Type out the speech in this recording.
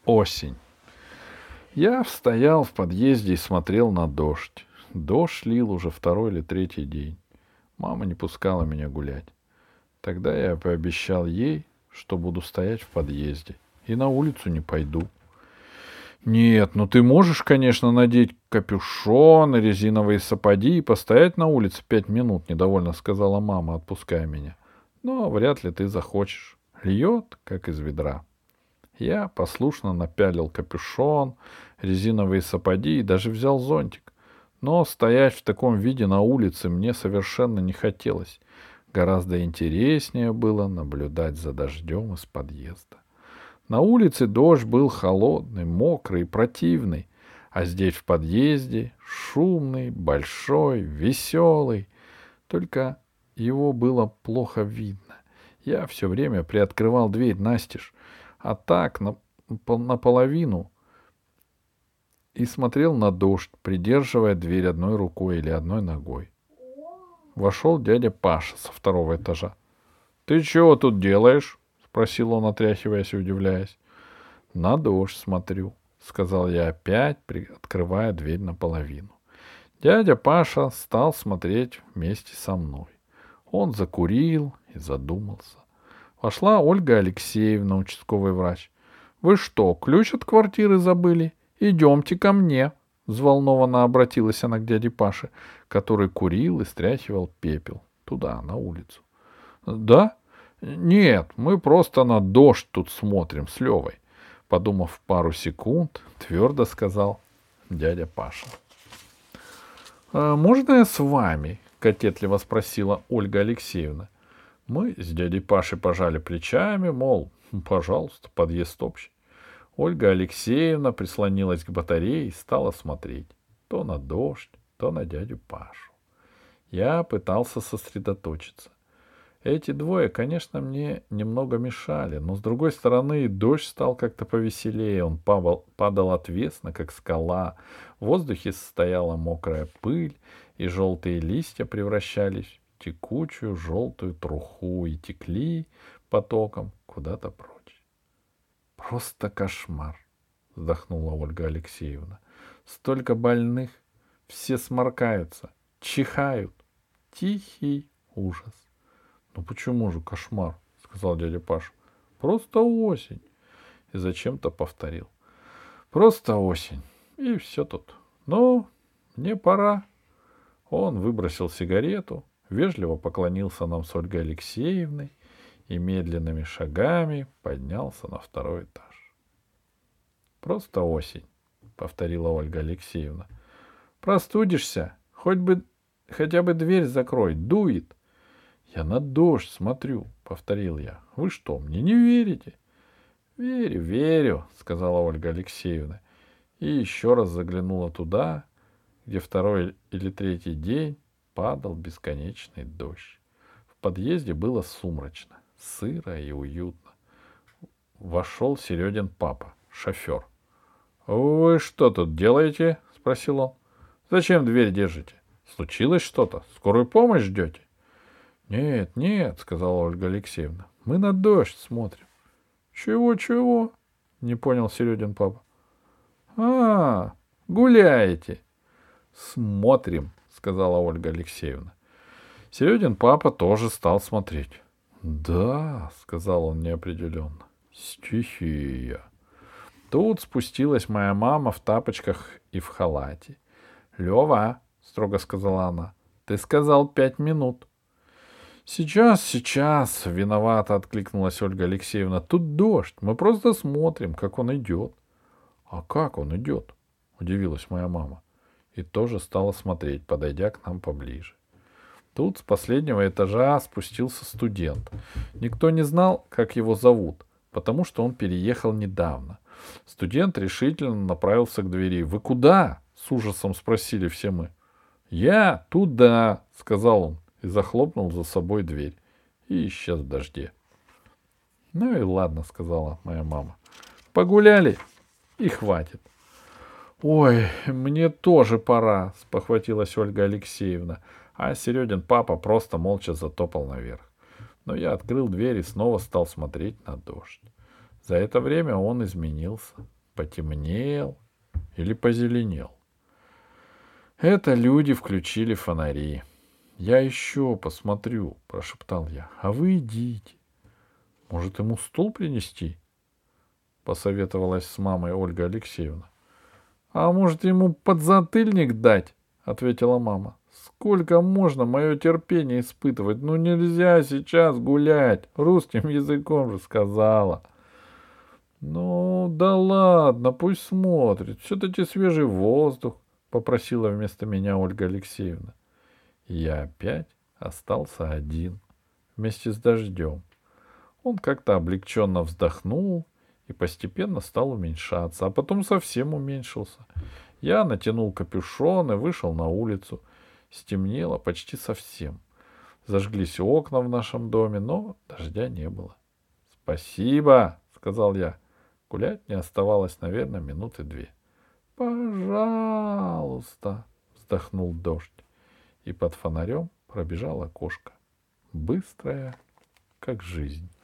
Осень. Я стоял в подъезде и смотрел на дождь. Дождь лил уже второй или третий день. Мама не пускала меня гулять. Тогда я пообещал ей, что буду стоять в подъезде и на улицу не пойду. «Нет, ну ты можешь, конечно, надеть капюшон и резиновые сапоги и постоять на улице 5 минут», — недовольно сказала мама, отпуская меня. «Но вряд ли ты захочешь. Льет, как из ведра». Я послушно напялил капюшон, резиновые сапоги и даже взял зонтик. Но стоять в таком виде на улице мне совершенно не хотелось. Гораздо интереснее было наблюдать за дождем из подъезда. На улице дождь был холодный, мокрый и противный, а здесь в подъезде шумный, большой, веселый. Только его было плохо видно. Я все время приоткрывал дверь настежь, а так наполовину и смотрел на дождь, придерживая дверь одной рукой или одной ногой. Вошел дядя Паша со второго этажа. — Ты чего тут делаешь? — спросил он, отряхиваясь и удивляясь. — На дождь смотрю, — сказал я опять, открывая дверь наполовину. Дядя Паша стал смотреть вместе со мной. Он закурил и задумался. Вошла Ольга Алексеевна, участковый врач. — Вы что, ключ от квартиры забыли? Идемте ко мне. Взволнованно обратилась она к дяде Паше, который курил и стряхивал пепел туда, на улицу. — Да? Нет, мы просто на дождь тут смотрим с Левой. Подумав пару секунд, твердо сказал дядя Паша. — Можно я с вами? — кокетливо спросила Ольга Алексеевна. Мы с дядей Пашей пожали плечами, мол, пожалуйста, подъезд общий. Ольга Алексеевна прислонилась к батарее и стала смотреть то на дождь, то на дядю Пашу. Я пытался сосредоточиться. Эти двое, конечно, мне немного мешали, но, с другой стороны, дождь стал как-то повеселее. Он падал отвесно, как скала. В воздухе стояла мокрая пыль, и желтые листья превращались в текучую желтую труху и текли потоком куда-то прочь. «Просто кошмар», — вздохнула Ольга Алексеевна. «Столько больных, все сморкаются, чихают. Тихий ужас». — Ну почему же кошмар? — сказал дядя Паша. — Просто осень. И зачем-то повторил. — Просто осень. И все тут. Ну, мне пора. Он выбросил сигарету, вежливо поклонился нам с Ольгой Алексеевной и медленными шагами поднялся на второй этаж. — Просто осень, — повторила Ольга Алексеевна. — Простудишься, хотя бы дверь закрой, дует. — Я на дождь смотрю, — повторил я. — Вы что, мне не верите? — Верю, верю, — сказала Ольга Алексеевна. И еще раз заглянула туда, где второй или третий день падал бесконечный дождь. В подъезде было сумрачно, сыро и уютно. Вошел Середин папа, шофер. — Вы что тут делаете? — спросил он. — Зачем дверь держите? Случилось что-то? Скорую помощь ждете? — Нет, нет, — сказала Ольга Алексеевна. — Мы на дождь смотрим. — Чего? — не понял Середин папа. — Гуляете. — Смотрим, — сказала Ольга Алексеевна. Середин папа тоже стал смотреть. — Да, — сказал он неопределенно. — Стихия. Тут спустилась моя мама в тапочках и в халате. — Лева, — строго сказала она, — ты сказал 5 минут. — Сейчас, — виновато откликнулась Ольга Алексеевна. — Тут дождь, мы просто смотрим, как он идет. — А как он идет? — удивилась моя мама. И тоже стала смотреть, подойдя к нам поближе. Тут с последнего этажа спустился студент. Никто не знал, как его зовут, потому что он переехал недавно. Студент решительно направился к двери. — Вы куда? — с ужасом спросили все мы. — Я туда, — сказал он и захлопнул за собой дверь. И исчез в дожде. — Ну и ладно, — сказала моя мама. — Погуляли и хватит. — Ой, мне тоже пора, — спохватилась Ольга Алексеевна. А Середин папа просто молча затопал наверх. Но я открыл дверь и снова стал смотреть на дождь. За это время он изменился. потемнел или позеленел. Это люди включили фонари. «Я еще посмотрю», — прошептал я. «А вы идите. Может, ему стул принести?» — посоветовалась с мамой Ольга Алексеевна. «А может, ему подзатыльник дать?» — ответила мама. «Сколько можно мое терпение испытывать? Ну, нельзя сейчас гулять. Русским языком же сказала». «Ну, да ладно, пусть смотрит. Все-таки свежий воздух», — попросила вместо меня Ольга Алексеевна. Я опять остался один, вместе с дождем. Он как-то облегченно вздохнул и постепенно стал уменьшаться, а потом совсем уменьшился. Я натянул капюшон и вышел на улицу. Стемнело почти совсем. Зажглись окна в нашем доме, но дождя не было. «Спасибо», — сказал я. Гулять мне оставалось, наверное, минуты 2. «Пожалуйста», — вздохнул дождь. И под фонарем пробежала кошка, быстрая, как жизнь.